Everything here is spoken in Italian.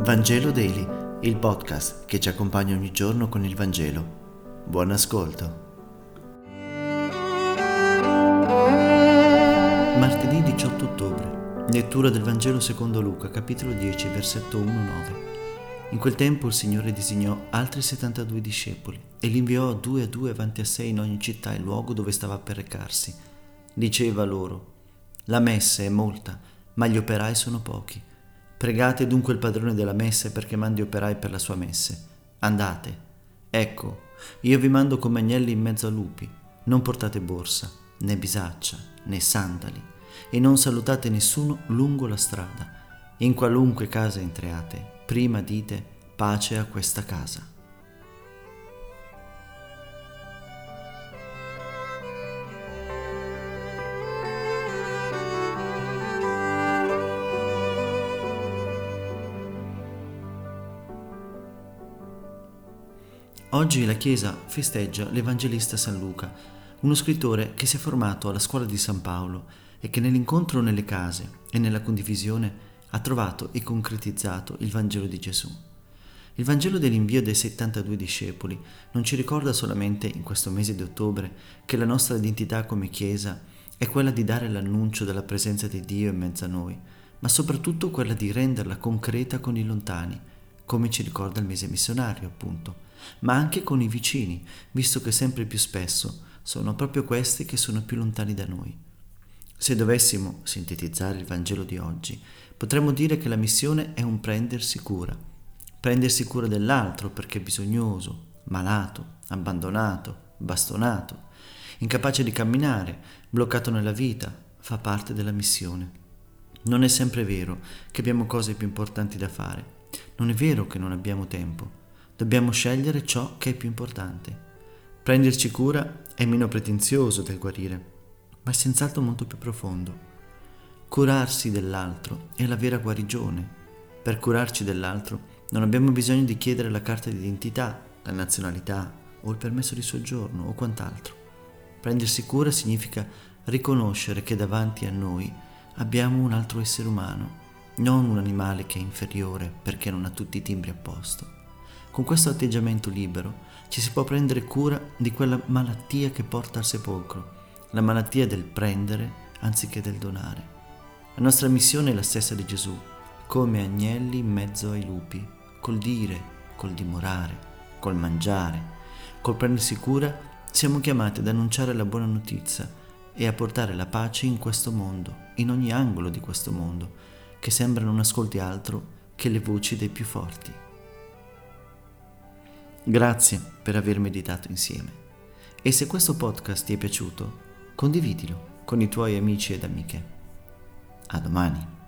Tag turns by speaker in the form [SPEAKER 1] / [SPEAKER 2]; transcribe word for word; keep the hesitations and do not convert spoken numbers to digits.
[SPEAKER 1] Vangelo Daily, il podcast che ci accompagna ogni giorno con il Vangelo. Buon ascolto. Martedì diciotto ottobre. Lettura del Vangelo secondo Luca, capitolo dieci, versetto uno nove. In quel tempo il Signore disegnò altri settantadue discepoli e li inviò due a due avanti a sé in ogni città e luogo dove stava per recarsi. Diceva loro: la messe è molta, ma gli operai sono pochi. Pregate dunque il padrone della messe perché mandi operai per la sua messe. Andate. Ecco, io vi mando come agnelli in mezzo a lupi. Non portate borsa, né bisaccia, né sandali, e non salutate nessuno lungo la strada. In qualunque casa entriate, prima dite pace a questa casa. Oggi la Chiesa festeggia l'Evangelista San Luca, uno scrittore che si è formato alla scuola di San Paolo e che nell'incontro nelle case e nella condivisione ha trovato e concretizzato il Vangelo di Gesù. Il Vangelo dell'invio dei settantadue discepoli non ci ricorda solamente in questo mese di ottobre che la nostra identità come Chiesa è quella di dare l'annuncio della presenza di Dio in mezzo a noi, ma soprattutto quella di renderla concreta con i lontani, come ci ricorda il mese missionario, appunto, ma anche con i vicini, visto che sempre più spesso sono proprio questi che sono più lontani da noi. Se dovessimo sintetizzare il Vangelo di oggi, potremmo dire che la missione è un prendersi cura. Prendersi cura dell'altro perché è bisognoso, malato, abbandonato, bastonato, incapace di camminare, bloccato nella vita, fa parte della missione. Non è sempre vero che abbiamo cose più importanti da fare. Non è vero che non abbiamo tempo. Dobbiamo scegliere ciò che è più importante. Prenderci cura è meno pretenzioso del guarire, ma è senz'altro molto più profondo. Curarsi dell'altro è la vera guarigione. Per curarci dell'altro non abbiamo bisogno di chiedere la carta d'identità, la nazionalità o il permesso di soggiorno o quant'altro. Prendersi cura significa riconoscere che davanti a noi abbiamo un altro essere umano, non un animale che è inferiore perché non ha tutti i timbri a posto. Con questo atteggiamento libero ci si può prendere cura di quella malattia che porta al sepolcro, la malattia del prendere anziché del donare. La nostra missione è la stessa di Gesù, come agnelli in mezzo ai lupi, col dire, col dimorare, col mangiare, col prendersi cura, siamo chiamati ad annunciare la buona notizia e a portare la pace in questo mondo, in ogni angolo di questo mondo, che sembra non ascolti altro che le voci dei più forti. Grazie per aver meditato insieme e se questo podcast ti è piaciuto, condividilo con i tuoi amici ed amiche. A domani.